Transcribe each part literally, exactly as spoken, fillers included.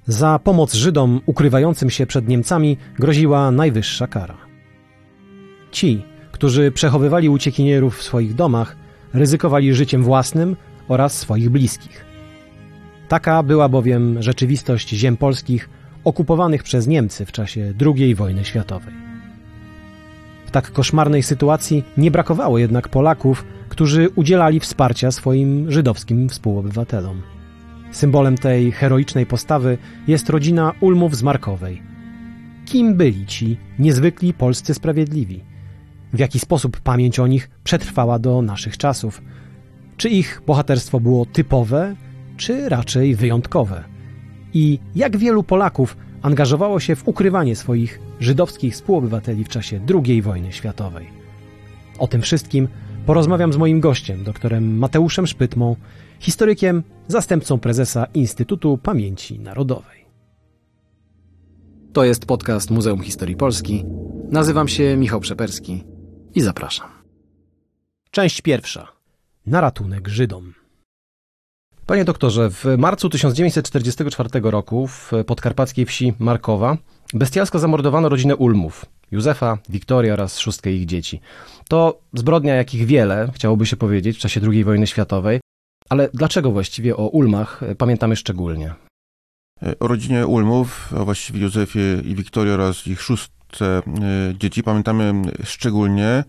Za pomoc Żydom ukrywającym się przed Niemcami groziła najwyższa kara. Ci, którzy przechowywali uciekinierów w swoich domach, ryzykowali życiem własnym oraz swoich bliskich. Taka była bowiem rzeczywistość ziem polskich okupowanych przez Niemcy w czasie drugiej wojny światowej. W tak koszmarnej sytuacji nie brakowało jednak Polaków, którzy udzielali wsparcia swoim żydowskim współobywatelom. Symbolem tej heroicznej postawy jest rodzina Ulmów z Markowej. Kim byli ci niezwykli polscy sprawiedliwi? W jaki sposób pamięć o nich przetrwała do naszych czasów? Czy ich bohaterstwo było typowe, czy raczej wyjątkowe? I jak wielu Polaków angażowało się w ukrywanie swoich żydowskich współobywateli w czasie drugiej wojny światowej? O tym wszystkim porozmawiam z moim gościem, doktorem Mateuszem Szpytmą, historykiem, zastępcą prezesa Instytutu Pamięci Narodowej. To jest podcast Muzeum Historii Polski. Nazywam się Michał Przeperski i zapraszam. Część pierwsza. Na ratunek Żydom. Panie doktorze, w marcu tysiąc dziewięćset czterdziestego czwartego roku w podkarpackiej wsi Markowa bestialsko zamordowano rodzinę Ulmów, Józefa, Wiktorię oraz szóstkę ich dzieci. To zbrodnia, jakich wiele, chciałoby się powiedzieć, w czasie drugiej wojny światowej. Ale dlaczego właściwie o Ulmach pamiętamy szczególnie? O rodzinie Ulmów, a właściwie Józefie i Wiktorii oraz ich szóstce dzieci pamiętamy szczególnie,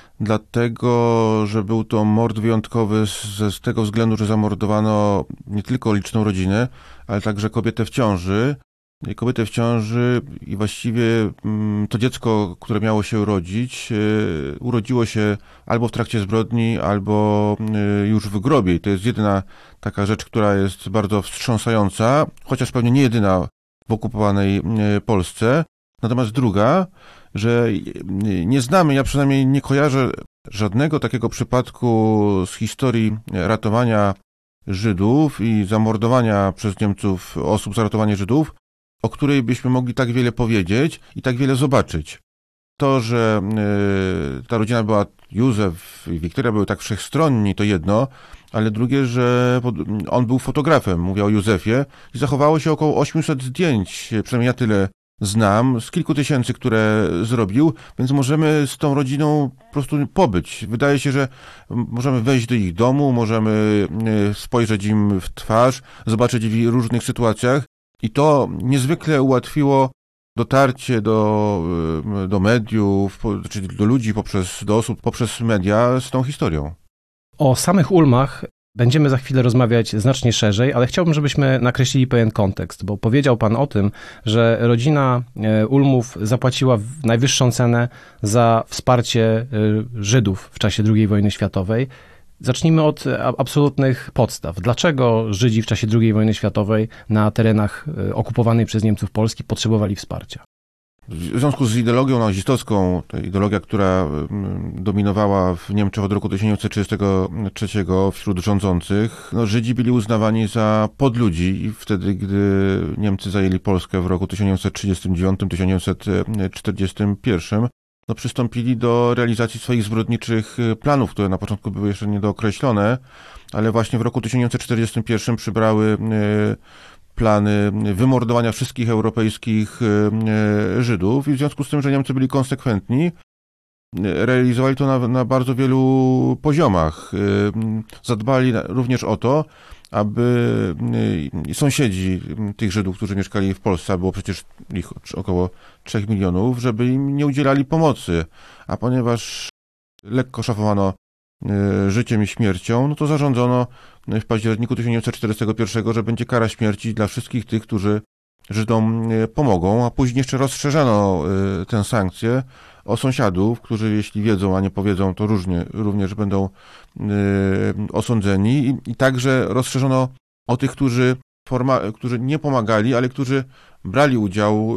dlatego, że był to mord wyjątkowy z, z tego względu, że zamordowano nie tylko liczną rodzinę, ale także kobietę w ciąży. Kobietę w ciąży i właściwie to dziecko, które miało się urodzić, urodziło się albo w trakcie zbrodni, albo już w grobie. I to jest jedyna taka rzecz, która jest bardzo wstrząsająca, chociaż pewnie nie jedyna w okupowanej Polsce. Natomiast druga, że nie znamy, ja przynajmniej nie kojarzę żadnego takiego przypadku z historii ratowania Żydów i zamordowania przez Niemców osób za ratowanie Żydów, o której byśmy mogli tak wiele powiedzieć i tak wiele zobaczyć. To, że y, ta rodzina była, Józef i Wiktoria były tak wszechstronni, to jedno, ale drugie, że on był fotografem, mówię o Józefie, i zachowało się około osiemset zdjęć, przynajmniej ja tyle znam, z kilku tysięcy, które zrobił, więc możemy z tą rodziną po prostu pobyć. Wydaje się, że możemy wejść do ich domu, możemy spojrzeć im w twarz, zobaczyć w różnych sytuacjach. I to niezwykle ułatwiło dotarcie do, do mediów, czyli do ludzi, poprzez, do osób poprzez media z tą historią. O samych Ulmach będziemy za chwilę rozmawiać znacznie szerzej, ale chciałbym, żebyśmy nakreślili pewien kontekst, bo powiedział pan o tym, że rodzina Ulmów zapłaciła najwyższą cenę za wsparcie Żydów w czasie drugiej wojny światowej. Zacznijmy od absolutnych podstaw. Dlaczego Żydzi w czasie drugiej wojny światowej na terenach okupowanej przez Niemców Polski potrzebowali wsparcia? W związku z ideologią nazistowską, to ideologia, która dominowała w Niemczech od roku tysiąc dziewięćset trzydziestego trzeciego wśród rządzących, no, Żydzi byli uznawani za podludzi i wtedy, gdy Niemcy zajęli Polskę w roku tysiąc dziewięćset trzydziestym dziewiątym do tysiąc dziewięćset czterdziestego pierwszego, no, przystąpili do realizacji swoich zbrodniczych planów, które na początku były jeszcze niedookreślone, ale właśnie w roku tysiąc dziewięćset czterdziestym pierwszym przybrały plany wymordowania wszystkich europejskich Żydów i w związku z tym, że Niemcy byli konsekwentni, realizowali to na, na bardzo wielu poziomach. Zadbali również o to, aby sąsiedzi tych Żydów, którzy mieszkali w Polsce, a było przecież ich około trzech milionów, żeby im nie udzielali pomocy. A ponieważ lekko szafowano życiem i śmiercią, no to zarządzono w październiku tysiąc dziewięćset czterdziestego pierwszego, że będzie kara śmierci dla wszystkich tych, którzy Żydom pomogą, a później jeszcze rozszerzono tę sankcję o sąsiadów, którzy jeśli wiedzą, a nie powiedzą, to różnie, również będą osądzeni i, i także rozszerzono o tych, którzy, forma, którzy nie pomagali, ale którzy brali udział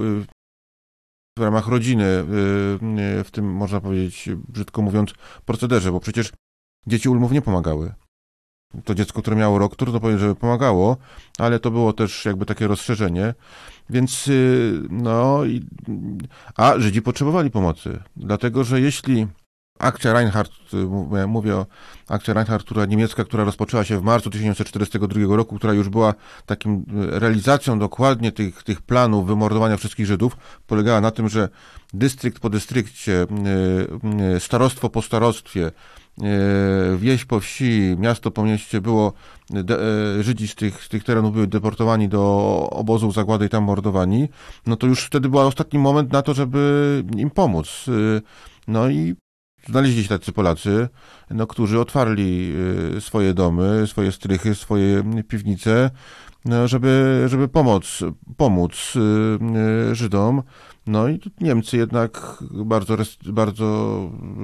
w ramach rodziny, w tym, można powiedzieć, brzydko mówiąc, procederze, bo przecież dzieci Ulmów nie pomagały. To dziecko, które miało rok, trudno powiedzieć, że pomagało, ale to było też jakby takie rozszerzenie, więc no, a Żydzi potrzebowali pomocy, dlatego, że jeśli Akcja Reinhardt, mówię o akcji Reinhardt, która niemiecka, która rozpoczęła się w marcu tysiąc dziewięćset czterdziestego drugiego roku, która już była takim realizacją dokładnie tych, tych planów wymordowania wszystkich Żydów, polegała na tym, że dystrykt po dystrykcie, starostwo po starostwie, wieś po wsi, miasto po mieście było, de, Żydzi z tych, z tych terenów były deportowani do obozów zagłady i tam mordowani, no to już wtedy był ostatni moment na to, żeby im pomóc. No i znaleźli się tacy Polacy, no, którzy otwarli swoje domy, swoje strychy, swoje piwnice, no, żeby, żeby pomóc, pomóc Żydom. No i Niemcy jednak bardzo, bardzo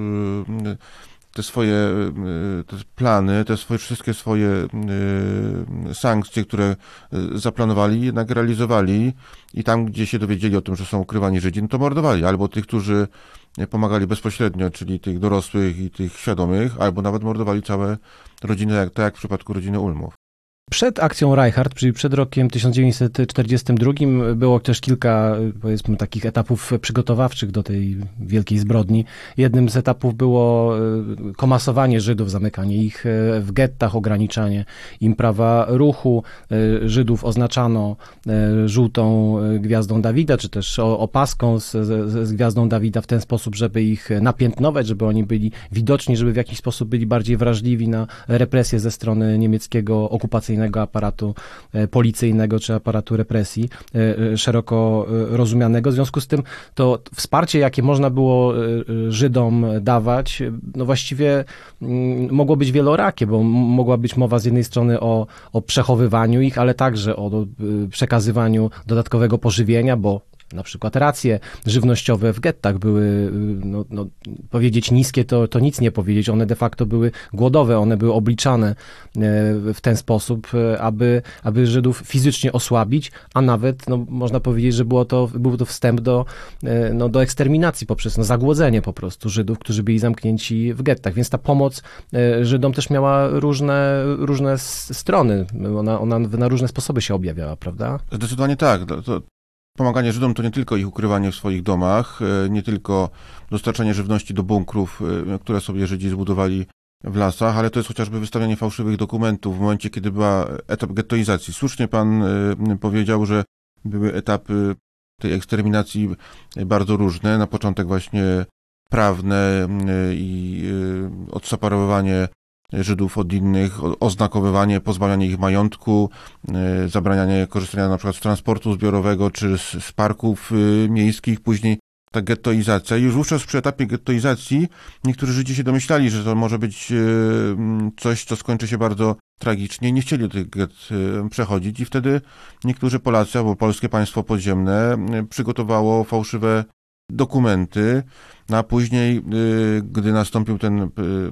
te swoje te plany, te swoje, wszystkie swoje sankcje, które zaplanowali, jednak realizowali i tam, gdzie się dowiedzieli o tym, że są ukrywani Żydzi, no to mordowali albo tych, którzy pomagali bezpośrednio, czyli tych dorosłych i tych świadomych, albo nawet mordowali całe rodziny, tak jak w przypadku rodziny Ulmów. Przed akcją Reinhardt, czyli przed rokiem tysiąc dziewięćset czterdziestym drugim, było też kilka, powiedzmy, takich etapów przygotowawczych do tej wielkiej zbrodni. Jednym z etapów było komasowanie Żydów, zamykanie ich w gettach, ograniczanie im prawa ruchu. Żydów oznaczano żółtą gwiazdą Dawida, czy też opaską z, z, z gwiazdą Dawida w ten sposób, żeby ich napiętnować, żeby oni byli widoczni, żeby w jakiś sposób byli bardziej wrażliwi na represje ze strony niemieckiego okupacyjnego aparatu policyjnego czy aparatu represji szeroko rozumianego. W związku z tym to wsparcie, jakie można było Żydom dawać, no właściwie mogło być wielorakie, bo mogła być mowa z jednej strony o, o przechowywaniu ich, ale także o przekazywaniu dodatkowego pożywienia, bo na przykład racje żywnościowe w gettach były, no, no, powiedzieć niskie, to, to nic nie powiedzieć. One de facto były głodowe, one były obliczane w ten sposób, aby, aby Żydów fizycznie osłabić, a nawet, no, można powiedzieć, że było to, był to wstęp do, no, do eksterminacji poprzez no, zagłodzenie po prostu Żydów, którzy byli zamknięci w gettach. Więc ta pomoc Żydom też miała różne, różne strony. Ona, ona na różne sposoby się objawiała, prawda? Zdecydowanie tak. To, to... Pomaganie Żydom to nie tylko ich ukrywanie w swoich domach, nie tylko dostarczanie żywności do bunkrów, które sobie Żydzi zbudowali w lasach, ale to jest chociażby wystawianie fałszywych dokumentów w momencie, kiedy była etap gettoizacji. Słusznie pan powiedział, że były etapy tej eksterminacji bardzo różne. Na początek właśnie prawne i odseparowywanie Żydów od innych, oznakowywanie, pozbawianie ich majątku, zabranianie korzystania na przykład z transportu zbiorowego czy z, z parków miejskich, później ta gettoizacja. I już wówczas przy etapie gettoizacji niektórzy Żydzi się domyślali, że to może być coś, co skończy się bardzo tragicznie. Nie chcieli do tych gett przechodzić i wtedy niektórzy Polacy albo polskie państwo podziemne przygotowało fałszywe dokumenty, no a później, gdy nastąpił ten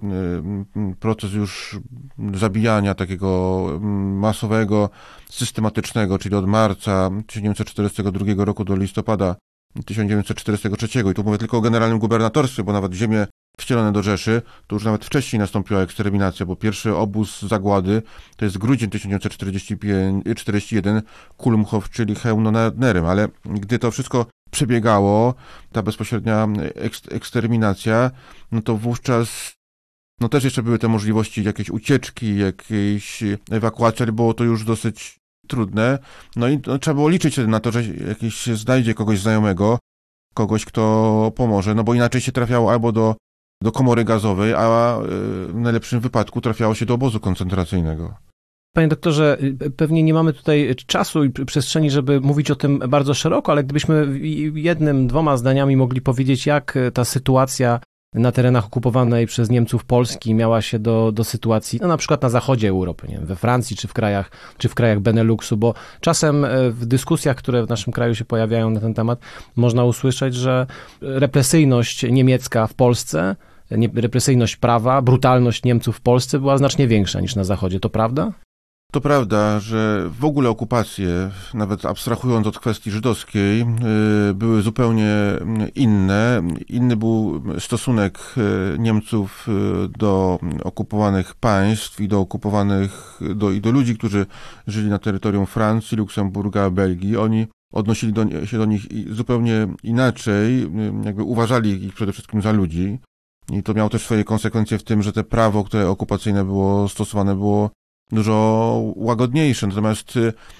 proces już zabijania takiego masowego, systematycznego, czyli od marca tysiąc dziewięćset czterdziestego drugiego roku do listopada tysiąc dziewięćset czterdziestego trzeciego, i tu mówię tylko o generalnym gubernatorstwie, bo nawet ziemie wcielone do Rzeszy, to już nawet wcześniej nastąpiła eksterminacja, bo pierwszy obóz zagłady to jest grudzień tysiąc dziewięćset czterdziesty jeden, Kulmhof, czyli Chełmno nad Nerem, ale gdy to wszystko przebiegało, ta bezpośrednia eksterminacja, no to wówczas no też jeszcze były te możliwości jakiejś ucieczki, jakiejś ewakuacji, ale było to już dosyć trudne. No i no, trzeba było liczyć na to, że jakiś się znajdzie kogoś znajomego, kogoś, kto pomoże, no bo inaczej się trafiało albo do, do komory gazowej, a w najlepszym wypadku trafiało się do obozu koncentracyjnego. Panie doktorze, pewnie nie mamy tutaj czasu i przestrzeni, żeby mówić o tym bardzo szeroko, ale gdybyśmy jednym, dwoma zdaniami mogli powiedzieć, jak ta sytuacja na terenach okupowanej przez Niemców Polski miała się do, do sytuacji, no na przykład na zachodzie Europy, nie wiem, we Francji czy w krajach, czy w krajach Beneluxu, bo czasem w dyskusjach, które w naszym kraju się pojawiają na ten temat, można usłyszeć, że represyjność niemiecka w Polsce, represyjność prawa, brutalność Niemców w Polsce była znacznie większa niż na zachodzie. To prawda? To prawda, że w ogóle okupacje, nawet abstrahując od kwestii żydowskiej, były zupełnie inne. Inny był stosunek Niemców do okupowanych państw i do okupowanych, do, i do ludzi, którzy żyli na terytorium Francji, Luksemburga, Belgii. Oni odnosili do, się do nich zupełnie inaczej, jakby uważali ich przede wszystkim za ludzi. I to miało też swoje konsekwencje w tym, że te prawo, które okupacyjne było stosowane, było dużo łagodniejsze. Natomiast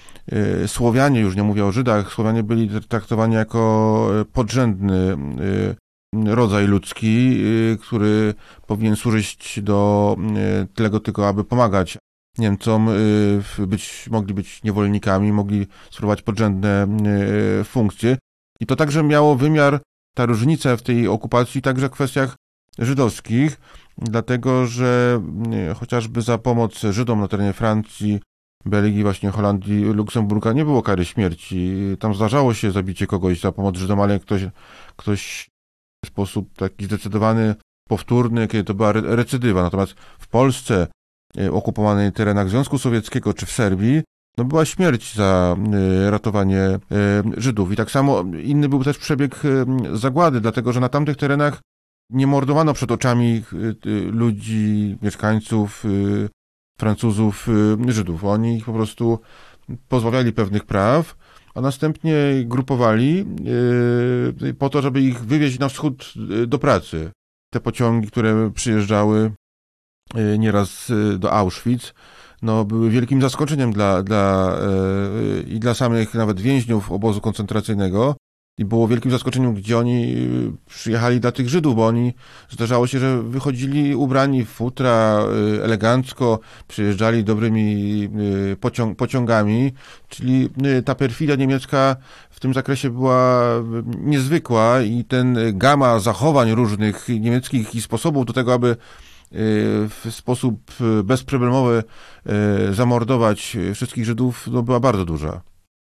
y, Słowianie, już nie mówię o Żydach, Słowianie byli traktowani jako podrzędny y, rodzaj ludzki, y, który powinien służyć do y, tego tylko, aby pomagać Niemcom, y, być, mogli być niewolnikami, mogli sprawować podrzędne y, funkcje. I to także miało wymiar, ta różnica w tej okupacji, także w kwestiach żydowskich, dlatego że y, chociażby za pomoc Żydom na terenie Francji, Belgii, właśnie Holandii, Luksemburga nie było kary śmierci. Tam zdarzało się zabicie kogoś za pomoc Żydom, ale ktoś, ktoś w sposób taki zdecydowany, powtórny, kiedy to była re- recydywa. Natomiast w Polsce, y, okupowanej terenach Związku Sowieckiego czy w Serbii, no była śmierć za y, ratowanie y, Żydów. I tak samo inny był też przebieg y, zagłady, dlatego że na tamtych terenach nie mordowano przed oczami y, y, ludzi, mieszkańców, y, Francuzów, y, Żydów. Oni ich po prostu pozbawiali pewnych praw, a następnie grupowali y, po to, żeby ich wywieźć na wschód y, do pracy. Te pociągi, które przyjeżdżały y, nieraz y, do Auschwitz, no, były wielkim zaskoczeniem dla, dla, yy, i dla samych nawet więźniów obozu koncentracyjnego i było wielkim zaskoczeniem, gdzie oni przyjechali dla tych Żydów, bo oni, zdarzało się, że wychodzili ubrani w futra, yy, elegancko, przyjeżdżali dobrymi yy, pociąg, pociągami, czyli yy, ta perfidia niemiecka w tym zakresie była niezwykła i ten gama zachowań różnych niemieckich i sposobów do tego, aby w sposób bezproblemowy zamordować wszystkich Żydów, no, była bardzo duża.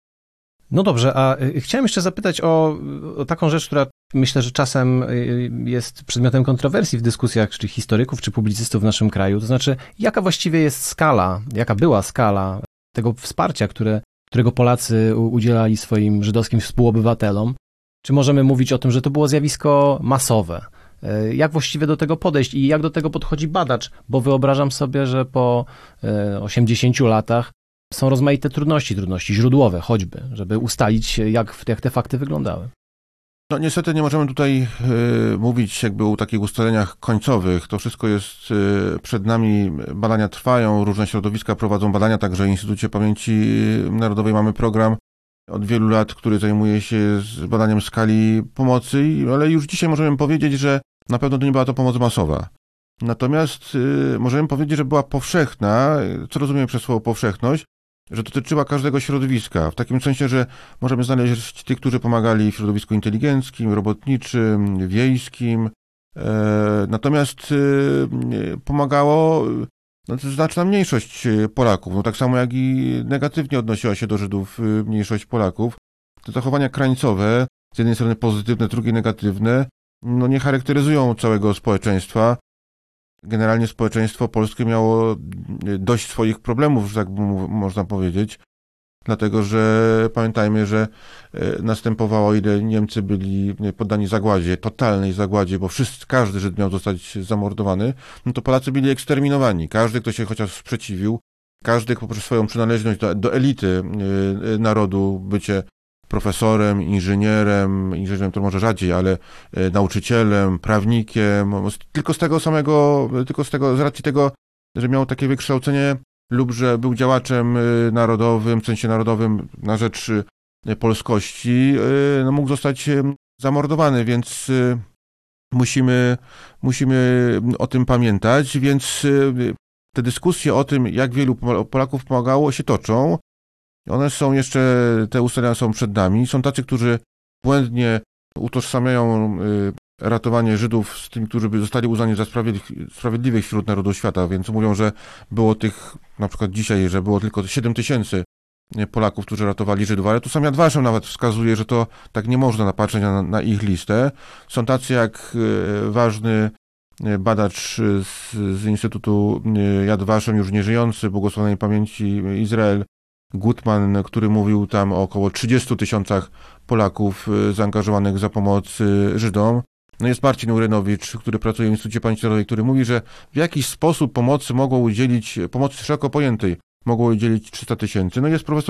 No dobrze, a chciałem jeszcze zapytać o, o taką rzecz, która myślę, że czasem jest przedmiotem kontrowersji w dyskusjach czy historyków, czy publicystów w naszym kraju. To znaczy, jaka właściwie jest skala, jaka była skala tego wsparcia, które, którego Polacy udzielali swoim żydowskim współobywatelom? Czy możemy mówić o tym, że to było zjawisko masowe? Jak właściwie do tego podejść i jak do tego podchodzi badacz? Bo wyobrażam sobie, że po osiemdziesięciu latach są rozmaite trudności, trudności źródłowe choćby, żeby ustalić, jak, jak te fakty wyglądały. No niestety nie możemy tutaj y, mówić jakby o takich ustaleniach końcowych. To wszystko jest y, przed nami, badania trwają, różne środowiska prowadzą badania, także w Instytucie Pamięci Narodowej mamy program od wielu lat, który zajmuje się z badaniem skali pomocy, ale już dzisiaj możemy powiedzieć, że na pewno to nie była to pomoc masowa. Natomiast y, możemy powiedzieć, że była powszechna, co rozumiemy przez słowo powszechność, że dotyczyła każdego środowiska, w takim sensie, że możemy znaleźć tych, którzy pomagali w środowisku inteligenckim, robotniczym, wiejskim. E, natomiast y, pomagało no, to znaczna mniejszość Polaków, no, tak samo jak i negatywnie odnosiła się do Żydów mniejszość Polaków. Te zachowania krańcowe, z jednej strony pozytywne, z drugiej negatywne, no nie charakteryzują całego społeczeństwa. Generalnie społeczeństwo polskie miało dość swoich problemów, że tak można powiedzieć, dlatego że pamiętajmy, że następowało, o ile Niemcy byli poddani zagładzie, totalnej zagładzie, bo wszyscy, każdy Żyd miał zostać zamordowany, no to Polacy byli eksterminowani. Każdy, kto się chociaż sprzeciwił, każdy poprzez swoją przynależność do, do elity narodu, bycie profesorem, inżynierem, inżynierem to może rzadziej, ale nauczycielem, prawnikiem, tylko z tego samego, tylko z tego, z racji tego, że miał takie wykształcenie lub że był działaczem narodowym, w sensie narodowym na rzecz polskości, no mógł zostać zamordowany, więc musimy, musimy o tym pamiętać, więc te dyskusje o tym, jak wielu Polaków pomagało, się toczą. One są jeszcze, te ustalenia są przed nami. Są tacy, którzy błędnie utożsamiają ratowanie Żydów z tymi, którzy by zostali uznani za sprawiedliwych wśród narodów świata, więc mówią, że było tych, na przykład dzisiaj, że było tylko siedem tysięcy Polaków, którzy ratowali Żydów, ale tu sam Yad Vashem nawet wskazuje, że to tak nie można napatrzeć na, na ich listę. Są tacy jak ważny badacz z, z Instytutu Yad Vashem, już nieżyjący, błogosławionej pamięci Izrael, Gutman, który mówił tam o około trzydziestu tysiącach Polaków zaangażowanych za pomoc Żydom. No jest Marcin Urynowicz, który pracuje w Instytucie Pamięci Narodowej, który mówi, że w jakiś sposób pomocy mogło udzielić, pomocy szeroko pojętej mogło udzielić trzysta tysięcy. No jest profesor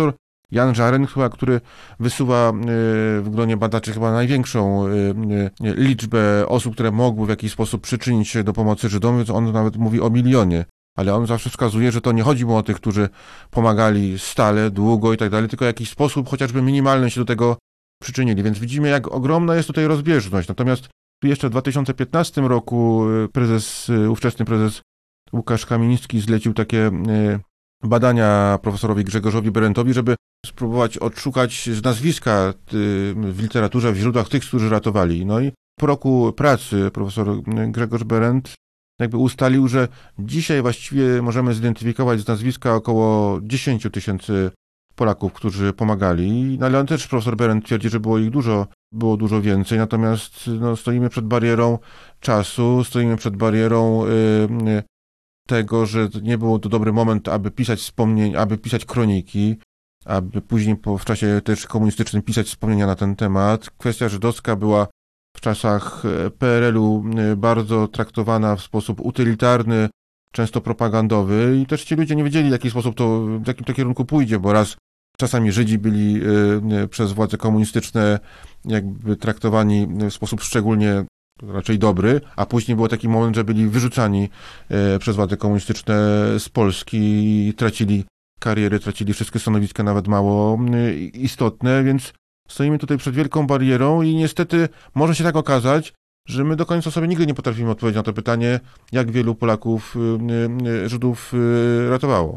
Jan Żaren, chyba, który wysuwa w gronie badaczy chyba największą liczbę osób, które mogły w jakiś sposób przyczynić się do pomocy Żydom, więc on nawet mówi o milionie. Ale on zawsze wskazuje, że to nie chodzi mu o tych, którzy pomagali stale, długo i tak dalej, tylko w jakiś sposób chociażby minimalny się do tego przyczynili. Więc widzimy, jak ogromna jest tutaj rozbieżność. Natomiast jeszcze w dwa tysiące piętnastym roku prezes, ówczesny prezes Łukasz Kamiński zlecił takie badania profesorowi Grzegorzowi Berentowi, żeby spróbować odszukać z nazwiska w literaturze, w źródłach tych, którzy ratowali. No i po roku pracy profesor Grzegorz Berent jakby ustalił, że dzisiaj właściwie możemy zidentyfikować z nazwiska około dziesięć tysięcy Polaków, którzy pomagali, no ale on też, profesor Berent twierdzi, że było ich dużo, było dużo więcej, natomiast no, stoimy przed barierą czasu, stoimy przed barierą yy, tego, że nie był to dobry moment, aby pisać wspomnień, aby pisać kroniki, aby później po, w czasie też komunistycznym pisać wspomnienia na ten temat. Kwestia żydowska była w czasach P R L u bardzo traktowana w sposób utylitarny, często propagandowy i też ci ludzie nie wiedzieli, w jaki sposób to, w jakim to kierunku pójdzie, bo raz czasami Żydzi byli y, przez władze komunistyczne jakby traktowani w sposób szczególnie raczej dobry, a później był taki moment, że byli wyrzucani y, przez władze komunistyczne z Polski i tracili kariery, tracili wszystkie stanowiska, nawet mało y, istotne, więc stoimy tutaj przed wielką barierą i niestety może się tak okazać, że my do końca sobie nigdy nie potrafimy odpowiedzieć na to pytanie, jak wielu Polaków, y, y, Żydów y, ratowało.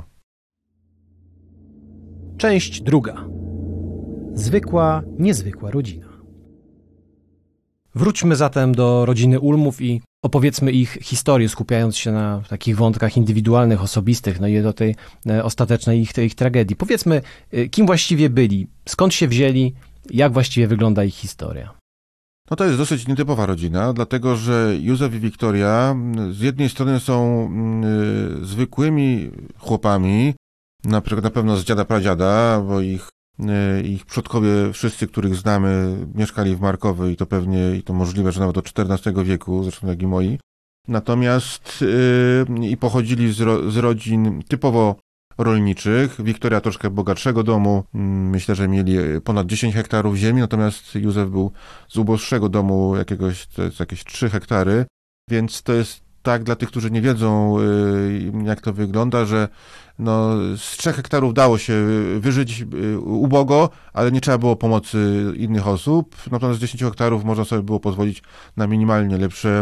Część druga. Zwykła, niezwykła rodzina. Wróćmy zatem do rodziny Ulmów i opowiedzmy ich historię, skupiając się na takich wątkach indywidualnych, osobistych, no i do tej ostatecznej ich, tej ich tragedii. Powiedzmy, kim właściwie byli, skąd się wzięli, jak właściwie wygląda ich historia. No to jest dosyć nietypowa rodzina, dlatego że Józef i Wiktoria z jednej strony są y, zwykłymi chłopami, na przykład na pewno z dziada pradziada, bo ich, y, ich przodkowie, wszyscy, których znamy, mieszkali w Markowej i to pewnie, i to możliwe, że nawet do czternastego wieku, zresztą jak i moi. Natomiast y, i pochodzili z, ro, z rodzin typowo rolniczych. Wiktoria troszkę bogatszego domu, myślę, że mieli ponad dziesięć hektarów ziemi, natomiast Józef był z uboższego domu jakiegoś, to jest jakieś trzy hektary, więc to jest tak dla tych, którzy nie wiedzą, jak to wygląda, że no, z trzech hektarów dało się wyżyć ubogo, ale nie trzeba było pomocy innych osób, natomiast z dziesięciu hektarów można sobie było pozwolić na minimalnie lepsze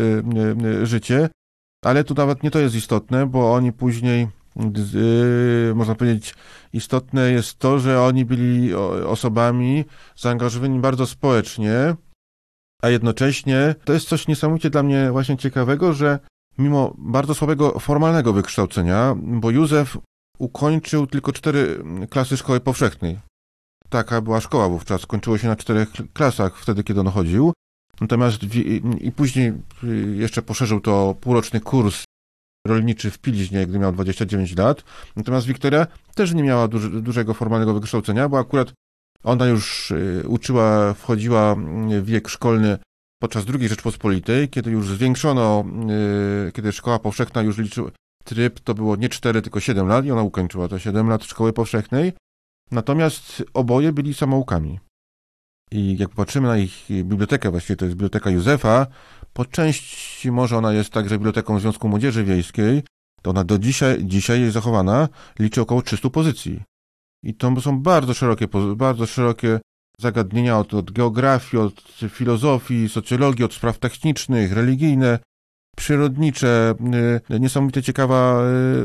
życie, ale tu nawet nie to jest istotne, bo oni później Yy, można powiedzieć, istotne jest to, że oni byli osobami zaangażowanymi bardzo społecznie, a jednocześnie to jest coś niesamowicie dla mnie właśnie ciekawego, że mimo bardzo słabego formalnego wykształcenia, bo Józef ukończył tylko cztery klasy szkoły powszechnej. Taka była szkoła wówczas, skończyło się na czterech klasach wtedy, kiedy on chodził. Natomiast w, i, i później jeszcze poszerzył to półroczny kurs rolniczy w Pilźnie, gdy miał dwadzieścia dziewięć lat. Natomiast Wiktoria też nie miała duży, dużego formalnego wykształcenia, bo akurat ona już y, uczyła, wchodziła w wiek szkolny podczas drugiej Rzeczpospolitej, kiedy już zwiększono, y, kiedy szkoła powszechna już liczyła tryb, to było nie cztery, tylko siedem lat i ona ukończyła to siedem lat szkoły powszechnej. Natomiast oboje byli samoukami. I jak patrzymy na ich bibliotekę, właściwie to jest biblioteka Józefa, po części może ona jest także biblioteką Związku Młodzieży Wiejskiej, to ona do dzisiaj, dzisiaj jest zachowana, liczy około trzystu pozycji. I to są bardzo szerokie, bardzo szerokie zagadnienia od, od geografii, od filozofii, socjologii, od spraw technicznych, religijne, przyrodnicze, niesamowicie ciekawa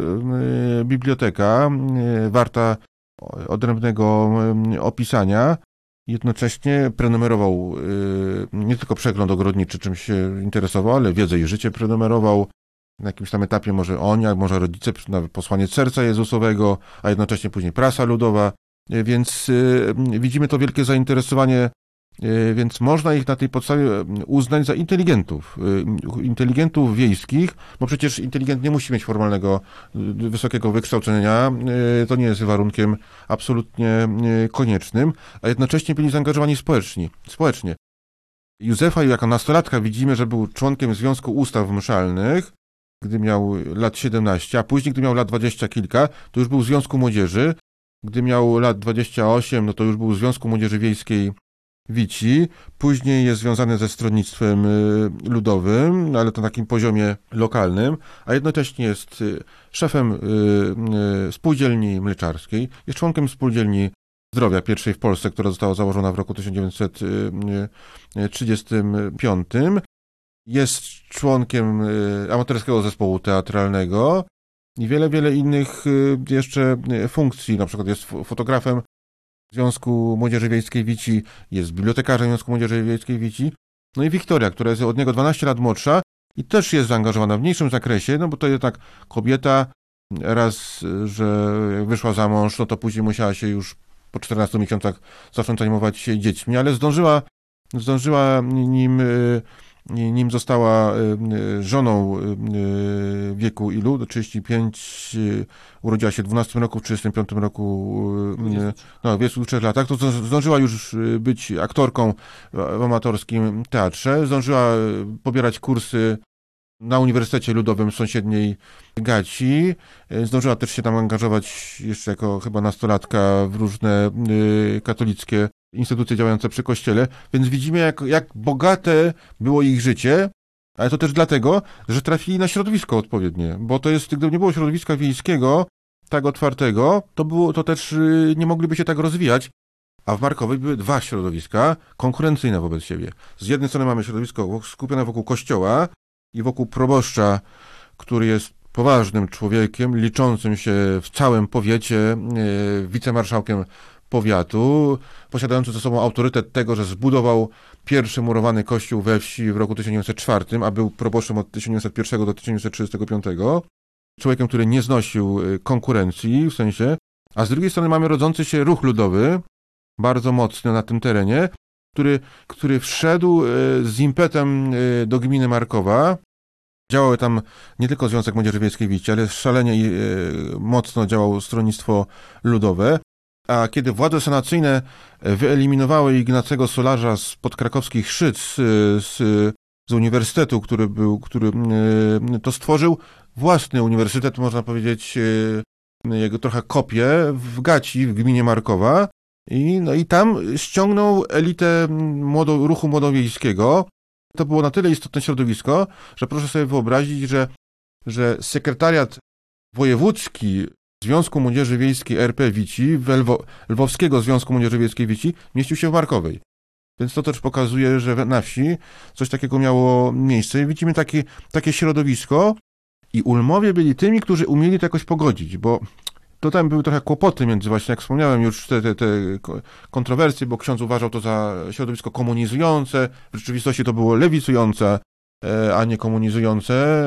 biblioteka, warta odrębnego opisania. Jednocześnie prenumerował y, nie tylko przegląd ogrodniczy, czym się interesował, ale wiedzę i życie prenumerował. Na jakimś tam etapie może oni, a może rodzice, nawet posłaniec serca Jezusowego, a jednocześnie później prasa ludowa. Y, więc y, widzimy to wielkie zainteresowanie, y, więc można ich na tej podstawie uznać za inteligentów. Y, inteligentów wiejskich, bo przecież inteligent nie musi mieć formalnego, y, wysokiego wykształcenia. Y, to nie jest warunkiem absolutnie y, koniecznym, a jednocześnie byli zaangażowani społecznie. społecznie. Józefa jako nastolatka widzimy, że był członkiem Związku Ustaw Mszalnych, gdy miał lat siedemnaście, a później, gdy miał lat dwadzieścia kilka, to już był w Związku Młodzieży Gdy miał lat dwadzieścia osiem, no to już był w Związku Młodzieży Wiejskiej Wici. Później jest związany ze stronnictwem ludowym, ale to na takim poziomie lokalnym, a jednocześnie jest szefem spółdzielni mleczarskiej, jest członkiem spółdzielni zdrowia pierwszej w Polsce, która została założona w roku tysiąc dziewięćset trzydziestym piątym. Jest członkiem amatorskiego zespołu teatralnego i wiele, wiele innych jeszcze funkcji. Na przykład jest fotografem Związku Młodzieży Wiejskiej Wici, jest bibliotekarzem Związku Młodzieży Wiejskiej Wici. No i Wiktoria, która jest od niego dwanaście lat młodsza i też jest zaangażowana w mniejszym zakresie, no bo to jednak kobieta, raz, że wyszła za mąż, no to później musiała się już po czternastu miesiącach zacząć zajmować się dziećmi, ale zdążyła, zdążyła nim, nim została żoną w wieku ilu? Do trzydziestu pięciu, urodziła się w dwunastym roku, w trzydziestym piątym roku, no w dwudziestu trzech latach, to zdążyła już być aktorką w amatorskim teatrze, zdążyła pobierać kursy na Uniwersytecie Ludowym w sąsiedniej Gaci. Zdążyła też się tam angażować jeszcze jako chyba nastolatka w różne y, katolickie instytucje działające przy kościele, więc widzimy jak, jak bogate było ich życie, ale to też dlatego, że trafili na środowisko odpowiednie, bo to jest, gdyby nie było środowiska wiejskiego, tak otwartego, to było, to też y, nie mogliby się tak rozwijać, a w Markowej były dwa środowiska konkurencyjne wobec siebie. Z jednej strony mamy środowisko skupione wokół kościoła i wokół proboszcza, który jest poważnym człowiekiem, liczącym się w całym powiecie, yy, wicemarszałkiem powiatu, posiadający ze sobą autorytet tego, że zbudował pierwszy murowany kościół we wsi w roku tysiąc dziewięćset czwartym, a był proboszczem od tysiąc dziewięćset pierwszego do tysiąc dziewięćset trzydziestego piątego. Człowiekiem, który nie znosił konkurencji, w sensie, a z drugiej strony mamy rodzący się ruch ludowy, bardzo mocny na tym terenie, który, który wszedł z impetem do gminy Markowa. Działały tam nie tylko Związek Młodzieży Wiejskiej Wici, ale szalenie mocno działało Stronnictwo Ludowe. A kiedy władze sanacyjne wyeliminowały Ignacego Solarza spod krakowskich szyc z, z uniwersytetu, który był, który to stworzył własny uniwersytet, można powiedzieć, jego trochę kopię w Gaci, w gminie Markowa. I, no i tam ściągnął elitę młodo, ruchu młodowiejskiego. To było na tyle istotne środowisko, że proszę sobie wyobrazić, że, że sekretariat wojewódzki Związku Młodzieży Wiejskiej R P Wici, Lwo, Lwowskiego Związku Młodzieży Wiejskiej Wici, mieścił się w Markowej. Więc to też pokazuje, że na wsi coś takiego miało miejsce. I widzimy takie, takie środowisko i Ulmowie byli tymi, którzy umieli to jakoś pogodzić, bo to tam były trochę kłopoty między, właśnie jak wspomniałem już, te, te, te kontrowersje, bo ksiądz uważał to za środowisko komunizujące, w rzeczywistości to było lewicujące, a nie komunizujące,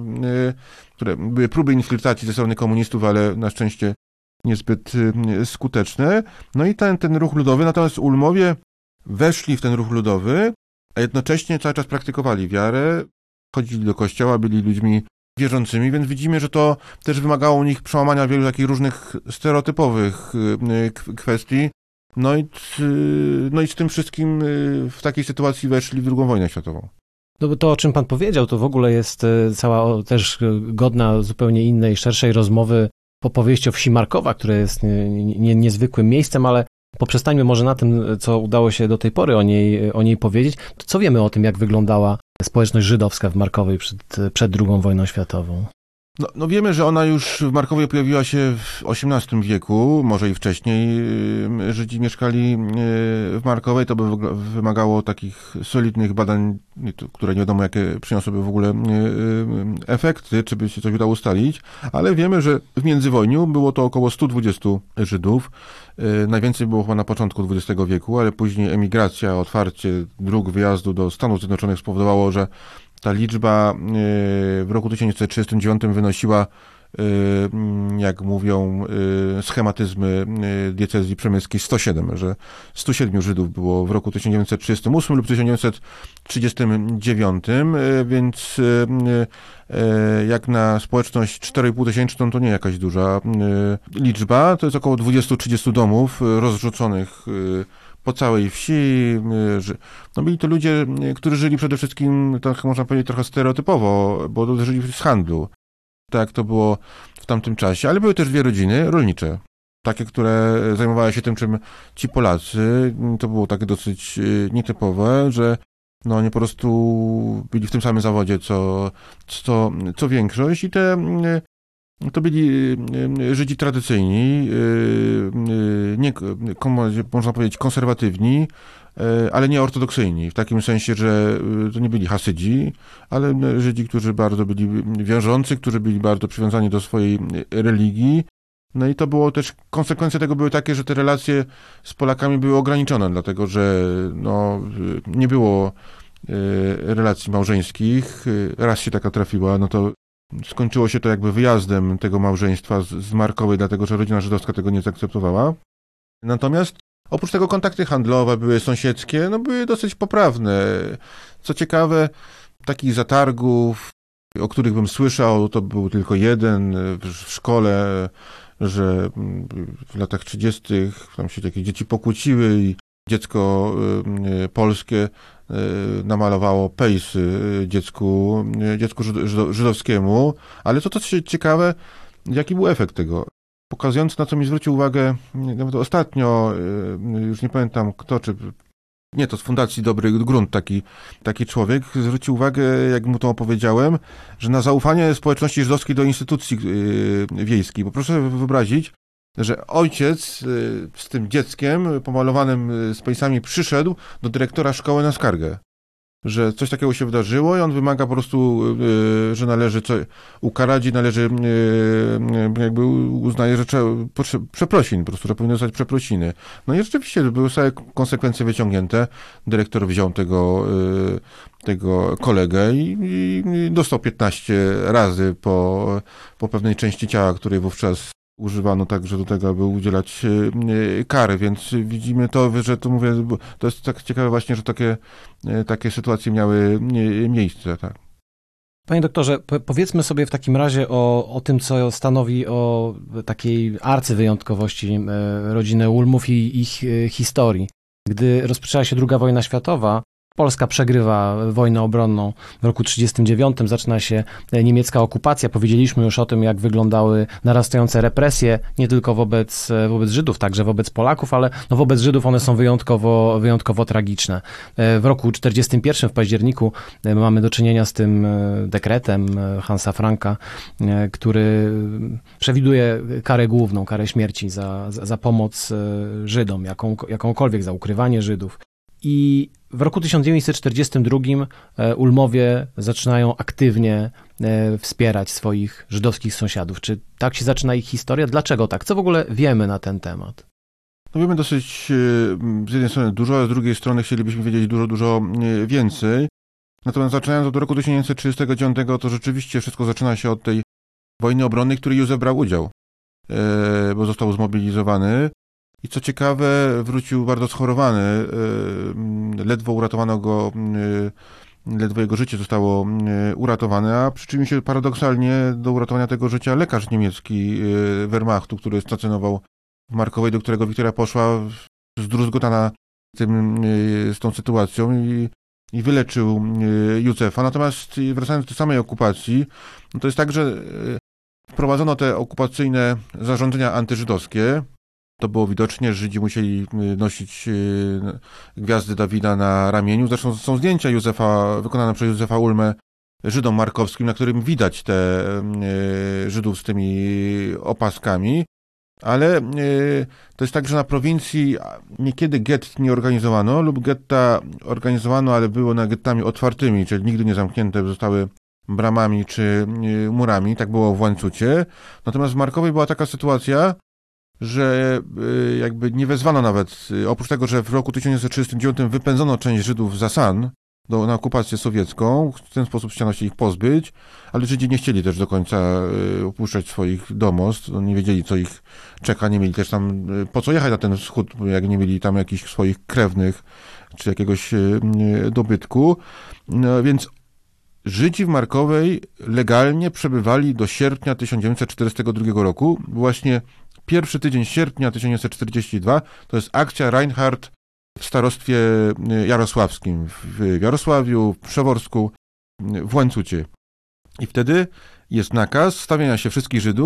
które były próby infiltracji ze strony komunistów, ale na szczęście niezbyt skuteczne. No i ten, ten ruch ludowy, natomiast Ulmowie weszli w ten ruch ludowy, a jednocześnie cały czas praktykowali wiarę, chodzili do kościoła, byli ludźmi wierzącymi, więc widzimy, że to też wymagało u nich przełamania wielu takich różnych stereotypowych kwestii. No i, no i z tym wszystkim w takiej sytuacji weszli w drugą wojnę światową. No bo to, o czym pan powiedział, to w ogóle jest cała też godna zupełnie innej, szerszej rozmowy opowieści o wsi Markowa, które jest nie, nie, niezwykłym miejscem, ale poprzestańmy może na tym, co udało się do tej pory o niej, o niej powiedzieć. To co wiemy o tym, jak wyglądała społeczność żydowska w Markowej przed, przed drugą wojną światową? No, no wiemy, że ona już w Markowej pojawiła się w osiemnastym wieku, może i wcześniej. Żydzi mieszkali w Markowej, to by wymagało takich solidnych badań, które nie wiadomo, jakie przyniosłyby w ogóle efekty, czy by się coś udało ustalić, ale wiemy, że w międzywojniu było to około stu dwudziestu Żydów. Najwięcej było chyba na początku dwudziestego wieku, ale później emigracja, otwarcie dróg wyjazdu do Stanów Zjednoczonych spowodowało, że ta liczba w roku tysiąc dziewięćset trzydziestym dziewiątym wynosiła, jak mówią schematyzmy diecezji przemyskiej, sto siedem, że stu siedmiu Żydów było w roku tysiąc dziewięćset trzydziestym ósmym lub tysiąc dziewięćset trzydziestym dziewiątym, więc jak na społeczność cztery i pół tysięczną to nie jakaś duża liczba, to jest około dwudziestu do trzydziestu domów rozrzuconych po całej wsi. No byli to ludzie, którzy żyli przede wszystkim, tak można powiedzieć, trochę stereotypowo, bo żyli z handlu. Tak to było w tamtym czasie, ale były też dwie rodziny rolnicze. takie, które zajmowały się tym, czym ci Polacy. To było takie dosyć nietypowe, że no oni po prostu byli w tym samym zawodzie, co, co, co większość i te to byli Żydzi tradycyjni, nie, można powiedzieć konserwatywni, ale nie ortodoksyjni, w takim sensie, że to nie byli Hasydzi, ale Żydzi, którzy bardzo byli wiążący, którzy byli bardzo przywiązani do swojej religii. No i to było też, konsekwencje tego były takie, że te relacje z Polakami były ograniczone, dlatego że no, nie było relacji małżeńskich. Raz się taka trafiła, no to skończyło się to jakby wyjazdem tego małżeństwa z, z Markowej, dlatego że rodzina żydowska tego nie zaakceptowała. Natomiast oprócz tego kontakty handlowe były sąsiedzkie, no były dosyć poprawne. Co ciekawe, takich zatargów, o których bym słyszał, to był tylko jeden w, w szkole, że w latach trzydziestych tam się takie dzieci pokłóciły i dziecko y, polskie y, namalowało pejsy dziecku, y, dziecku żydo, żydowskiemu, ale co to ciekawe, jaki był efekt tego? Pokazujący, na co mi zwrócił uwagę, nawet ostatnio, y, już nie pamiętam kto, czy nie, to z Fundacji Dobry Grunt taki, taki człowiek zwrócił uwagę, jak mu to opowiedziałem, że na zaufanie społeczności żydowskiej do instytucji y, wiejskiej. Bo proszę wyobrazić, że ojciec y, z tym dzieckiem pomalowanym z pejsami przyszedł do dyrektora szkoły na skargę, że coś takiego się wydarzyło i on wymaga po prostu, y, że należy co, ukarać i należy, y, jakby uznaje, że trzeba przeprosin, po prostu, że powinno zostać przeprosiny. No i rzeczywiście były całe konsekwencje wyciągnięte. Dyrektor wziął tego, y, tego kolegę i, i dostał piętnaście razy po, po pewnej części ciała, której wówczas używano także do tego, aby udzielać kary, więc widzimy to, że to mówię, to jest tak ciekawe właśnie, że takie, takie sytuacje miały miejsce. Tak. Panie doktorze, powiedzmy sobie w takim razie o, o tym, co stanowi o takiej arcywyjątkowości rodziny Ulmów i ich historii. Gdy rozpoczęła się druga wojna światowa, Polska przegrywa wojnę obronną. W roku trzydziestym dziewiątym zaczyna się niemiecka okupacja. Powiedzieliśmy już o tym, jak wyglądały narastające represje, nie tylko wobec, wobec Żydów, także wobec Polaków, ale no wobec Żydów one są wyjątkowo, wyjątkowo tragiczne. W roku czterdziestym pierwszym w październiku mamy do czynienia z tym dekretem Hansa Franka, który przewiduje karę główną, karę śmierci za, za, za pomoc Żydom, jaką, jakąkolwiek, za ukrywanie Żydów. I w roku tysiąc dziewięćset czterdziestym drugim Ulmowie zaczynają aktywnie wspierać swoich żydowskich sąsiadów. Czy tak się zaczyna ich historia? Dlaczego tak? Co w ogóle wiemy na ten temat? No wiemy dosyć z jednej strony dużo, a z drugiej strony chcielibyśmy wiedzieć dużo, dużo więcej. Natomiast zaczynając od roku tysiąc dziewięćset trzydziestego dziewiątego, to rzeczywiście wszystko zaczyna się od tej wojny obronnej, w której Józef brał udział, bo został zmobilizowany. I co ciekawe, wrócił bardzo schorowany, ledwo uratowano go, ledwo jego życie zostało uratowane, a przyczynił się paradoksalnie do uratowania tego życia lekarz niemiecki Wehrmachtu, który stacjonował w Markowej, do którego Wiktoria poszła zdruzgotana tym, z tą sytuacją i, i wyleczył Józefa. Natomiast wracając do tej samej okupacji, no to jest tak, że wprowadzono te okupacyjne zarządzenia antyżydowskie. To było widocznie, że Żydzi musieli nosić gwiazdy Dawida na ramieniu. Zresztą są zdjęcia Józefa, wykonane przez Józefa Ulmę Żydom markowskim, na którym widać te Żydów z tymi opaskami. Ale to jest tak, że na prowincji niekiedy gett nie organizowano lub getta organizowano, ale były one gettami otwartymi, czyli nigdy nie zamknięte zostały bramami czy murami. Tak było w Łańcucie. Natomiast w Markowej była taka sytuacja, że jakby nie wezwano nawet, oprócz tego, że w roku tysiąc dziewięćset trzydziestym dziewiątym wypędzono część Żydów za San do, na okupację sowiecką, w ten sposób chciano się ich pozbyć, ale Żydzi nie chcieli też do końca opuszczać swoich domostw, nie wiedzieli, co ich czeka, nie mieli też tam, po co jechać na ten wschód, jak nie mieli tam jakichś swoich krewnych, czy jakiegoś dobytku, no, więc Żydzi w Markowej legalnie przebywali do sierpnia tysiąc dziewięćset czterdziestego drugiego roku, właśnie pierwszy tydzień sierpnia tysiąc dziewięćset czterdziestego drugiego to jest akcja Reinhardt w starostwie jarosławskim, w Jarosławiu, w Przeworsku, w Łańcucie. I wtedy jest nakaz stawiania się wszystkich Żydów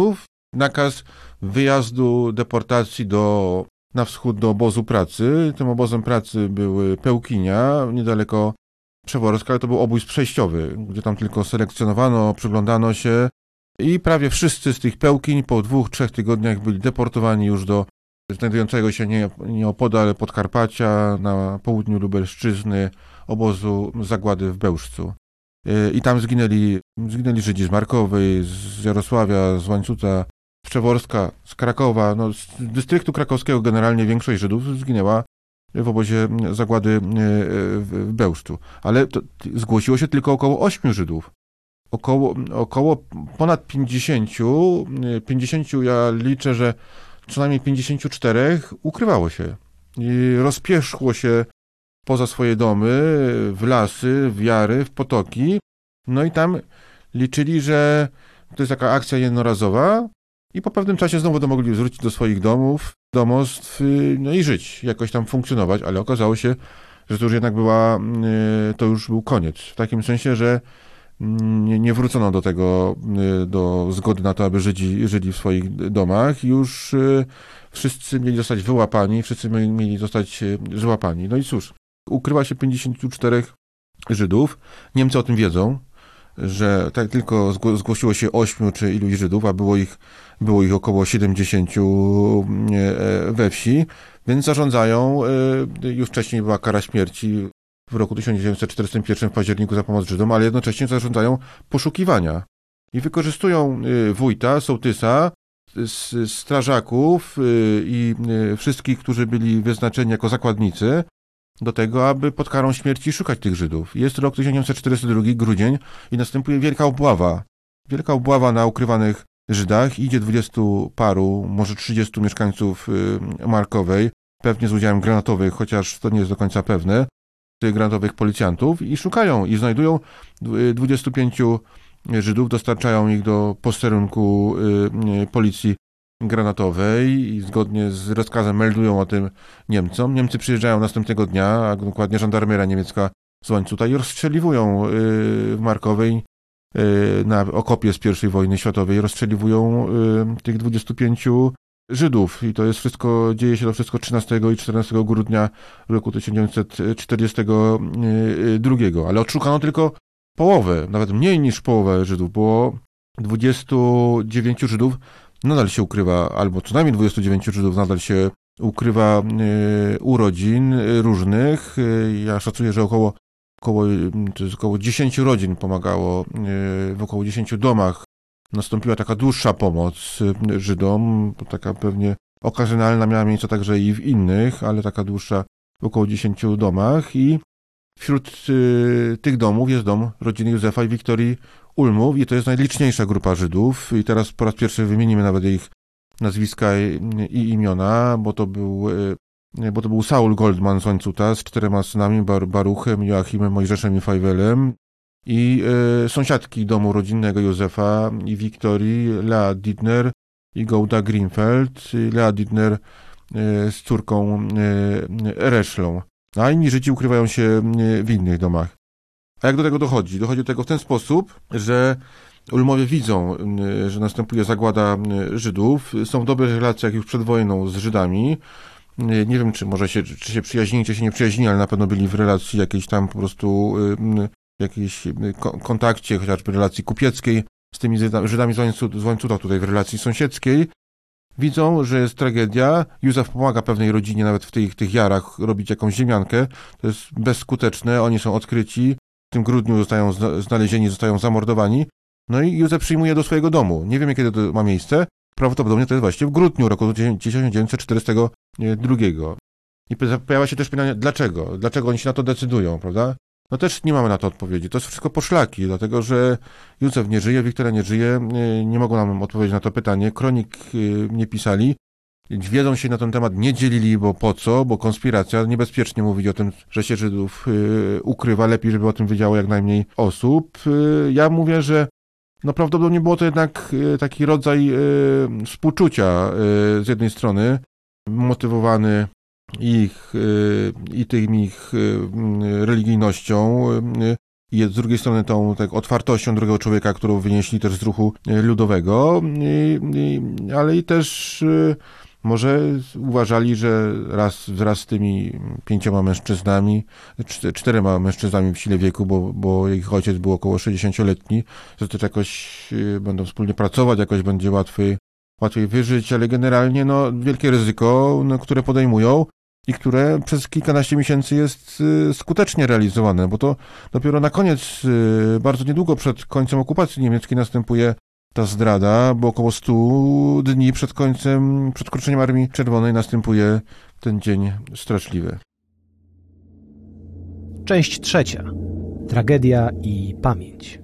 nakaz wyjazdu, deportacji do, na wschód do obozu pracy. Tym obozem pracy były Pełkinia, niedaleko Przeworska, ale to był obóz przejściowy, gdzie tam tylko selekcjonowano, przyglądano się i prawie wszyscy z tych Pełkiń po dwóch, trzech tygodniach byli deportowani już do znajdującego się nie, nieopodal Podkarpacia, na południu Lubelszczyzny, obozu zagłady w Bełżcu. I tam zginęli, zginęli Żydzi z Markowej, z Jarosławia, z Łańcuta, z Przeworska, z Krakowa. No, z dystryktu krakowskiego generalnie większość Żydów zginęła w obozie zagłady w Bełżcu. Ale to zgłosiło się tylko około ośmiu Żydów. Około, około ponad pięćdziesięciu, pięćdziesięciu ja liczę, że co najmniej pięćdziesięciu czterech ukrywało się i rozpierzchło się poza swoje domy, w lasy, w jary, w potoki. No i tam liczyli, że to jest taka akcja jednorazowa i po pewnym czasie znowu mogli wrócić do swoich domów, domostw, no i żyć, jakoś tam funkcjonować, ale okazało się, że to już jednak była, to już był koniec. W takim sensie, że nie, nie wrócono do tego, do zgody na to, aby Żydzi żyli w swoich domach. Już wszyscy mieli zostać wyłapani, wszyscy mieli zostać złapani. No i cóż, ukrywa się pięćdziesięciu czterech Żydów. Niemcy o tym wiedzą, że tak tylko zgłosiło się ośmiu czy iluś Żydów, a było ich, było ich około siedemdziesięciu we wsi, więc zarządzają, już wcześniej była kara śmierci w roku tysiąc dziewięćset czterdziestym pierwszym w październiku za pomoc Żydom, ale jednocześnie zarządzają poszukiwania i wykorzystują wójta, sołtysa, strażaków i wszystkich, którzy byli wyznaczeni jako zakładnicy do tego, aby pod karą śmierci szukać tych Żydów. Jest rok tysiąc dziewięćset czterdziesty drugi, grudzień i następuje wielka obława. Wielka obława na ukrywanych Żydach. Idzie dwudziestu paru, może trzydziestu mieszkańców Markowej, pewnie z udziałem granatowych, chociaż to nie jest do końca pewne, tych granatowych policjantów i szukają i znajdują dwudziestu pięciu Żydów, dostarczają ich do posterunku policji granatowej i zgodnie z rozkazem meldują o tym Niemcom. Niemcy przyjeżdżają następnego dnia, a dokładnie żandarmeria niemiecka z Łańcuta i rozstrzeliwują w Markowej na okopie z pierwszej wojny światowej, rozstrzeliwują tych dwudziestu pięciu Żydów. I to jest wszystko, dzieje się to wszystko trzynastego i czternastego grudnia roku tysiąc dziewięćset czterdziestego drugiego. Ale odszukano tylko połowę, nawet mniej niż połowę Żydów, bo dwudziestu dziewięciu Żydów nadal się ukrywa, albo co najmniej dwudziestu dziewięciu Żydów nadal się ukrywa u rodzin różnych. Ja szacuję, że około, około, to jest około dziesięciu rodzin pomagało, w około dziesięciu domach nastąpiła taka dłuższa pomoc Żydom, taka pewnie okazjonalna miała miejsce także i w innych, ale taka dłuższa w około dziesięciu domach i wśród tych domów jest dom rodziny Józefa i Wiktorii Ulmów i to jest najliczniejsza grupa Żydów i teraz po raz pierwszy wymienimy nawet ich nazwiska i, i imiona, bo to był bo to był Saul Goldman z Łańcuta z czterema synami, Bar- Baruchem, Joachimem, Mojżeszem i Fajwelem i e, sąsiadki domu rodzinnego Józefa i Wiktorii, Lea Didner i Gouda Greenfeld, Lea Didner e, z córką e, Reszlą. A inni Żydzi ukrywają się w innych domach. A jak do tego dochodzi? Dochodzi do tego w ten sposób, że Ulmowie widzą, że następuje zagłada Żydów, są w dobrych relacjach już przed wojną z Żydami. Nie wiem, czy może się, czy się przyjaźnili, czy się nie przyjaźnili, ale na pewno byli w relacji jakiejś tam po prostu, w jakiejś kontakcie, chociażby relacji kupieckiej z tymi Żydami z Łańcuta, tutaj w relacji sąsiedzkiej. Widzą, że jest tragedia. Józef pomaga pewnej rodzinie nawet w tych, tych jarach robić jakąś ziemiankę. To jest bezskuteczne, oni są odkryci. W tym grudniu zostają znalezieni, zostają zamordowani. No i Józef przyjmuje do swojego domu. Nie wiemy, kiedy to ma miejsce. Prawdopodobnie to jest właśnie w grudniu roku tysiąc dziewięćset czterdziestego drugiego. I pojawia się też pytanie, dlaczego? Dlaczego oni się na to decydują, prawda? No też nie mamy na to odpowiedzi. To jest wszystko poszlaki, dlatego że Józef nie żyje, Wiktoria nie żyje, nie mogą nam odpowiedzieć na to pytanie. Kronik nie pisali, wiedzą się na ten temat nie dzielili, bo po co? Bo konspiracja, niebezpiecznie mówić o tym, że się Żydów ukrywa, lepiej, żeby o tym wiedziało jak najmniej osób. Ja mówię, że no prawdopodobnie było to jednak taki rodzaj współczucia z jednej strony, motywowany ich i tym ich religijnością, jest z drugiej strony tą tak, otwartością drugiego człowieka, którą wynieśli też z ruchu ludowego, i, i, ale i też y, może uważali, że raz wraz z tymi pięcioma mężczyznami, czterema mężczyznami w sile wieku, bo, bo ich ojciec był około sześćdziesięcioletni, że też jakoś y, będą wspólnie pracować, jakoś będzie łatwiej, łatwiej wyżyć, ale generalnie no, wielkie ryzyko, no, które podejmują, i które przez kilkanaście miesięcy jest skutecznie realizowane, bo to dopiero na koniec, bardzo niedługo przed końcem okupacji niemieckiej następuje ta zdrada, bo około stu dni przed końcem, przed wkroczeniem Armii Czerwonej następuje ten dzień straszliwy. Część trzecia. Tragedia i pamięć.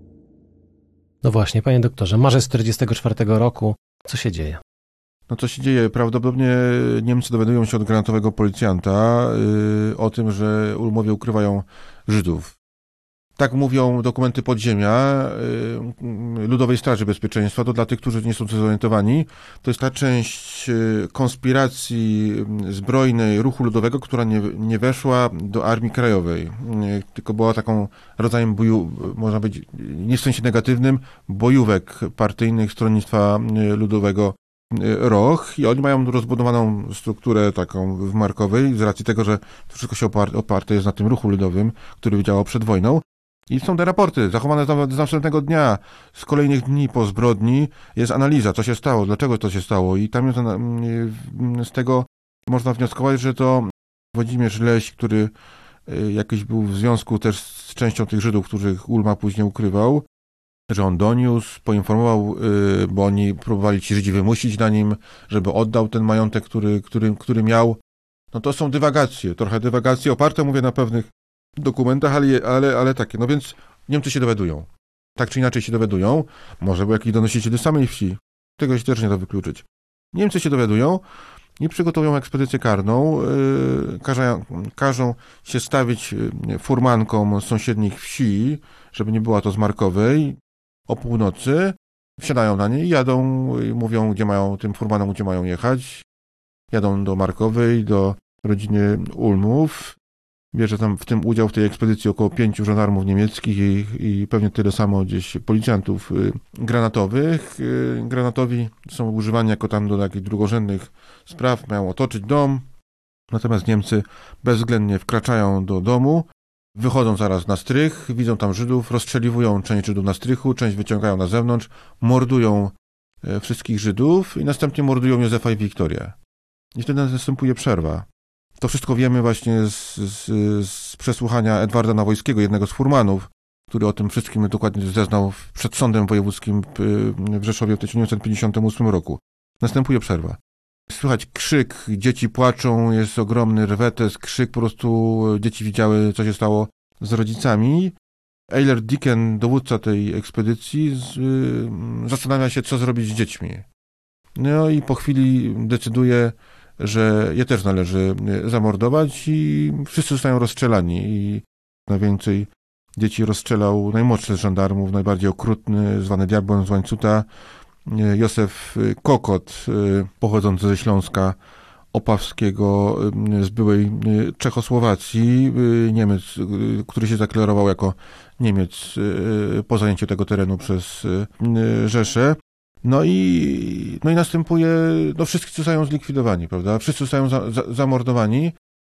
No właśnie, panie doktorze, marzec czterdziestego czwartego roku, co się dzieje? No co się dzieje? Prawdopodobnie Niemcy dowiadują się od granatowego policjanta yy, o tym, że Ulmowie ukrywają Żydów. Tak mówią dokumenty podziemia yy, Ludowej Straży Bezpieczeństwa. To dla tych, którzy nie są zorientowani. To jest ta część yy, konspiracji zbrojnej ruchu ludowego, która nie, nie weszła do Armii Krajowej. Yy, tylko była taką rodzajem boju, można powiedzieć, nie w sensie negatywnym, bojówek partyjnych Stronnictwa Ludowego Roch, i oni mają rozbudowaną strukturę taką wmarkowej z racji tego, że to wszystko się oparte, oparte jest na tym ruchu ludowym, który działał przed wojną. I są te raporty zachowane z następnego dnia, z kolejnych dni po zbrodni jest analiza, co się stało, dlaczego to się stało, i tam jest, z tego można wnioskować, że to Włodzimierz Leś, który jakiś był w związku też z częścią tych Żydów, których Ulma później ukrywał, że on doniósł, poinformował, yy, bo oni próbowali ci Żydzi wymusić na nim, żeby oddał ten majątek, który, który, który miał. No to są dywagacje, trochę dywagacje oparte, mówię, na pewnych dokumentach, ale, ale, ale takie. No więc Niemcy się dowiadują. Tak czy inaczej się dowiadują. Może był jakiś donosiciel z samej wsi. Tego się też nie da wykluczyć. Niemcy się dowiadują i przygotowują ekspedycję karną. Yy, każą, każą się stawić furmankom z sąsiednich wsi, żeby nie była to z Markowej. O północy wsiadają na nie i jadą, i mówią, gdzie mają, tym furmanom, gdzie mają jechać. Jadą do Markowej, do rodziny Ulmów. Bierze tam w tym udział w tej ekspedycji około pięciu żandarmów niemieckich i, i pewnie tyle samo gdzieś policjantów y, granatowych. Y, granatowi są używani jako tam do takich drugorzędnych spraw, mają otoczyć dom. Natomiast Niemcy bezwzględnie wkraczają do domu. Wychodzą zaraz na strych, widzą tam Żydów, rozstrzeliwują część Żydów na strychu, część wyciągają na zewnątrz, mordują e, wszystkich Żydów i następnie mordują Józefa i Wiktorię. I wtedy następuje przerwa. To wszystko wiemy właśnie z, z, z przesłuchania Edwarda Nawojskiego, jednego z furmanów, który o tym wszystkim dokładnie zeznał przed sądem wojewódzkim w Rzeszowie w tysiąc dziewięćset pięćdziesiątym ósmym roku. Następuje przerwa. Słychać krzyk, dzieci płaczą, jest ogromny rwetes, krzyk, po prostu dzieci widziały, co się stało z rodzicami. Eilert Dicken, dowódca tej ekspedycji, z, y, zastanawia się, co zrobić z dziećmi. No i po chwili decyduje, że je też należy zamordować, i wszyscy zostają rozstrzelani. I najwięcej dzieci rozstrzelał najmłodszy z żandarmów, najbardziej okrutny, zwany Diabłem z Łańcuta, Józef Kokot, pochodzący ze Śląska Opawskiego, z byłej Czechosłowacji, Niemiec, który się zaklarował jako Niemiec po zajęciu tego terenu przez Rzeszę. No i, no i następuje, no wszyscy zostają zlikwidowani, prawda? Wszyscy zostają za, za, zamordowani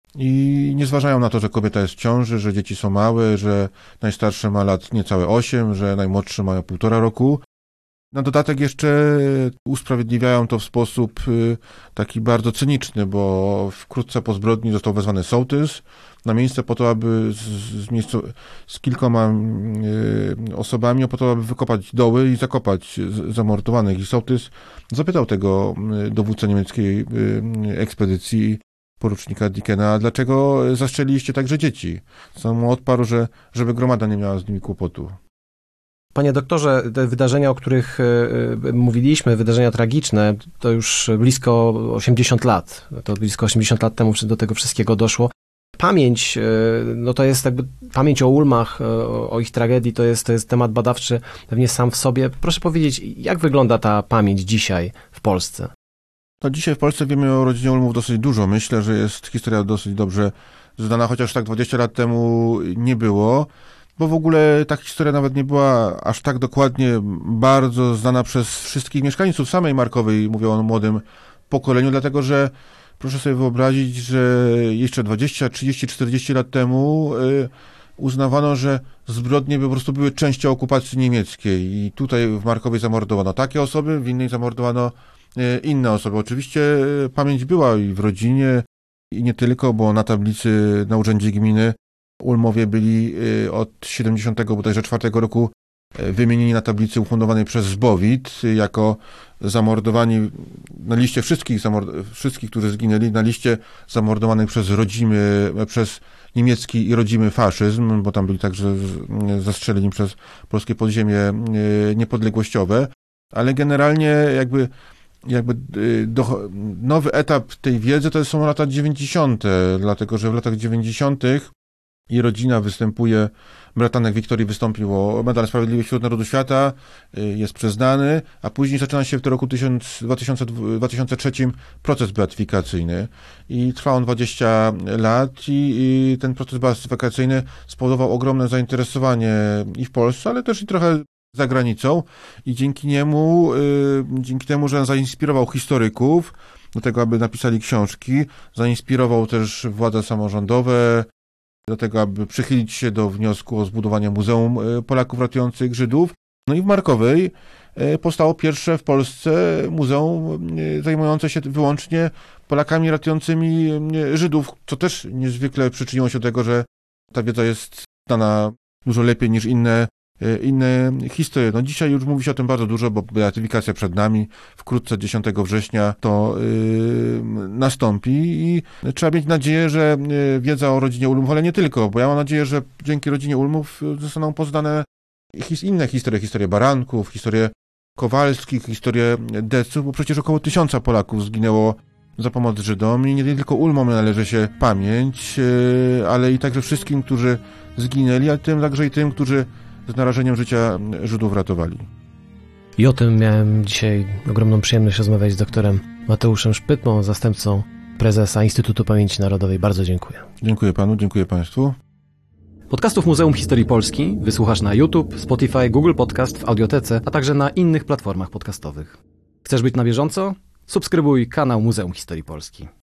i nie zważają na to, że kobieta jest w ciąży, że dzieci są małe, że najstarszy ma lat niecałe osiem, że najmłodszy ma półtora roku. Na dodatek jeszcze usprawiedliwiają to w sposób taki bardzo cyniczny, bo wkrótce po zbrodni został wezwany sołtys na miejsce po to, aby z, z, miejscu, z kilkoma y, osobami, po to, aby wykopać doły i zakopać z, zamordowanych. I sołtys zapytał tego dowódcę niemieckiej y, ekspedycji, porucznika Dickena, dlaczego zastrzeliliście także dzieci? Sam mu odparł, że żeby gromada nie miała z nimi kłopotu. Panie doktorze, te wydarzenia, o których y, mówiliśmy, wydarzenia tragiczne, to już blisko osiemdziesiąt lat. To blisko osiemdziesiąt lat temu do tego wszystkiego doszło. Pamięć, y, no to jest jakby pamięć o Ulmach, o, o ich tragedii, to jest, to jest temat badawczy pewnie sam w sobie. Proszę powiedzieć, jak wygląda ta pamięć dzisiaj w Polsce? No dzisiaj w Polsce wiemy o rodzinie Ulmów dosyć dużo. Myślę, że jest historia dosyć dobrze znana, chociaż tak dwadzieścia lat temu nie było. bo w ogóle ta historia nawet nie była aż tak dokładnie bardzo znana przez wszystkich mieszkańców samej Markowej, mówię o młodym pokoleniu, dlatego że proszę sobie wyobrazić, że jeszcze dwadzieścia, trzydzieści, czterdzieści lat temu y, uznawano, że zbrodnie po prostu były częścią okupacji niemieckiej i tutaj w Markowej zamordowano takie osoby, w innej zamordowano y, inne osoby. Oczywiście y, pamięć była i w rodzinie, i nie tylko, bo na tablicy na Urzędzie Gminy Ulmowie byli y, od siedemdziesiątego bodajże czwartego roku y, wymienieni na tablicy ufundowanej przez Zbowit y, jako zamordowani na liście wszystkich, zamord- wszystkich, którzy zginęli, na liście zamordowanych przez rodzimy, przez niemiecki i rodzimy faszyzm, bo tam byli także zastrzeleni przez polskie podziemie y, niepodległościowe, ale generalnie jakby jakby do, nowy etap tej wiedzy to są lata dziewięćdziesiąte, dlatego że w latach dziewięćdziesiątych i rodzina występuje, bratanek Wiktorii wystąpił o Medal Sprawiedliwości wśród Narodu Świata, jest przyznany, a później zaczyna się w tym roku dwa tysiące trzecim proces beatyfikacyjny i trwa on dwadzieścia lat i, i ten proces beatyfikacyjny spowodował ogromne zainteresowanie i w Polsce, ale też i trochę za granicą i dzięki niemu, yy, dzięki temu, że zainspirował historyków do tego, aby napisali książki, zainspirował też władze samorządowe do tego, aby przychylić się do wniosku o zbudowanie Muzeum Polaków Ratujących Żydów. No i w Markowej yy, powstało pierwsze w Polsce muzeum yy, zajmujące się wyłącznie Polakami ratującymi yy, Żydów, co też niezwykle przyczyniło się do tego, że ta wiedza jest znana dużo lepiej niż inne inne historie. No dzisiaj już mówi się o tym bardzo dużo, bo beatyfikacja przed nami, wkrótce dziesiątego września to yy, nastąpi i trzeba mieć nadzieję, że wiedza o rodzinie Ulmów, ale nie tylko, bo ja mam nadzieję, że dzięki rodzinie Ulmów zostaną poznane his, inne historie, historie Baranków, historie Kowalskich, historie Deców, bo przecież około tysiąca Polaków zginęło za pomoc Żydom i nie tylko Ulmom należy się pamięć, yy, ale i także wszystkim, którzy zginęli, a tym także i tym, którzy z narażeniem życia Żydów ratowali. I o tym miałem dzisiaj ogromną przyjemność rozmawiać z doktorem Mateuszem Szpytmą, zastępcą prezesa Instytutu Pamięci Narodowej. Bardzo dziękuję. Dziękuję panu, dziękuję państwu. Podcastów Muzeum Historii Polski wysłuchasz na YouTube, Spotify, Google Podcast, w Audiotece, a także na innych platformach podcastowych. Chcesz być na bieżąco? Subskrybuj kanał Muzeum Historii Polski.